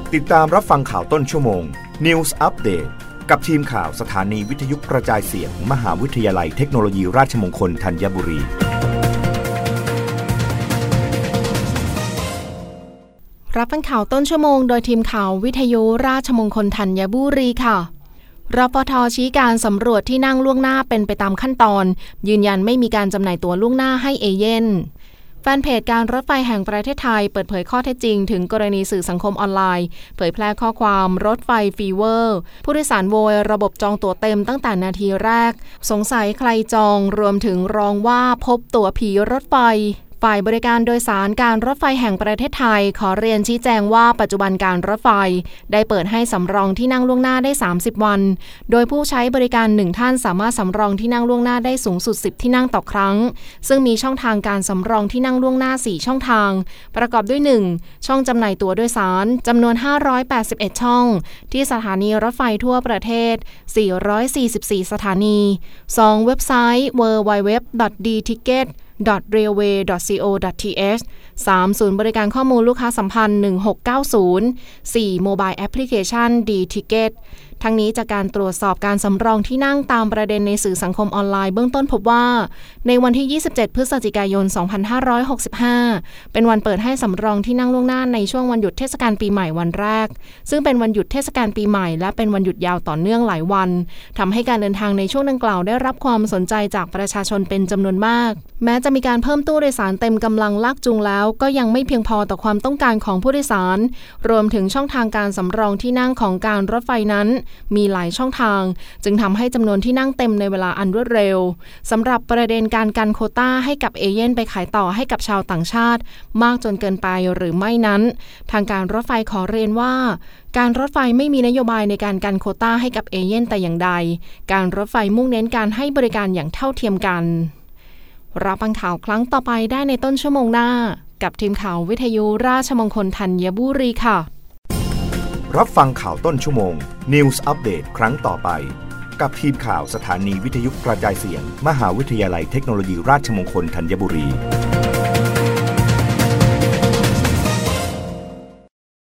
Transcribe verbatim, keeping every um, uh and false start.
ติดตามรับฟังข่าวต้นชั่วโมง News Update กับทีมข่าวสถานีวิทยุกระจายเสียง มหาวิทยาลัยเทคโนโลยีราชมงคลธัญบุรีรับฟังข่าวต้นชั่วโมงโดยทีมข่าววิทยุราชมงคลธัญบุรีค่ะรปท.ชี้การสำรวจที่นั่งล่วงหน้าเป็นไปตามขั้นตอนยืนยันไม่มีการจำหน่ายตั๋วล่วงหน้าให้เอเย่นแฟนเพจการรถไฟแห่งประเทศไทยเปิดเผยข้อเท็จจริงถึงกรณีสื่อสังคมออนไลน์เผยแพร่ข้อความรถไฟฟีเวอร์ผู้โดยสารโวยระบบจองตั๋วเต็มตั้งแต่นาทีแรกสงสัยใครจองรวมถึงร้องว่าพบตั๋วผีรถไฟฝ่ายบริการโดยสารการรถไฟแห่งประเทศไทยขอเรียนชี้แจงว่าปัจจุบันการรถไฟได้เปิดให้สำรองที่นั่งล่วงหน้าได้สามสิบวันโดยผู้ใช้บริการหนึ่งท่านสามารถสำรองที่นั่งล่วงหน้าได้สูงสุดสิบที่นั่งต่อครั้งซึ่งมีช่องทางการสำรองที่นั่งล่วงหน้าสี่ช่องทางประกอบด้วยหนึ่งช่องจำหน่ายตั๋วโดยสารจำนวนห้าร้อยแปดสิบเอ็ดช่องที่สถานีรถไฟทั่วประเทศสี่ร้อยสี่สิบสี่สถานีสองเว็บไซต์ ดับเบิลยู ดับเบิลยู ดับเบิลยู ดอท ดี ทิเก็ตดอท เรลเวย์ ดอท ซี โอ ดอท ที เอช สามศูนย์บริการข้อมูลลูกค้าสัมพันธ์หนึ่งหกเก้าศูนย์ สี่โมบายแอปพลิเคชัน D-Ticket ทั้งนี้จากการตรวจสอบการสำรองที่นั่งตามประเด็นในสื่อสังคมออนไลน์เบื้องต้นพบว่าในวันที่ยี่สิบเจ็ดพฤศจิกายนสองพันห้าร้อยหกสิบห้าเป็นวันเปิดให้สำรองที่นั่งล่วงหน้าในช่วงวันหยุดเทศกาลปีใหม่วันแรกซึ่งเป็นวันหยุดเทศกาลปีใหม่และเป็นวันหยุดยาวต่อเนื่องหลายวันทำให้การเดินทางในช่วงดังกล่าวได้รับความสนใจจากประชาชนเป็นจำนวนมากแม้จะมีการเพิ่มตู้โดยสารเต็มกำลังลากจูงแล้วก็ยังไม่เพียงพอต่อความต้องการของผู้โดยสารรวมถึงช่องทางการสำรองที่นั่งของการรถไฟนั้นมีหลายช่องทางจึงทำให้จำนวนที่นั่งเต็มในเวลาอันรวดเร็วสำหรับประเด็นการกันโควต้าให้กับเอเย่นไปขายต่อให้กับชาวต่างชาติมากจนเกินไปหรือไม่นั้นทางการรถไฟขอเรียนว่าการรถไฟไม่มีนโยบายในการกันโควต้าให้กับเอเย่นแต่อย่างใดการรถไฟมุ่งเน้นการให้บริการอย่างเท่าเทียมกันรับฟังข่าวครั้งต่อไปได้ในต้นชั่วโมงหน้ากับทีมข่าววิทยุราชมงคลธัญบุรีค่ะรับฟังข่าวต้นชั่วโมง News Update ครั้งต่อไปกับทีมข่าวสถานีวิทยุกระจายเสียง มหาวิทยาลัยเทคโนโลยีราชมงคลธัญบุรี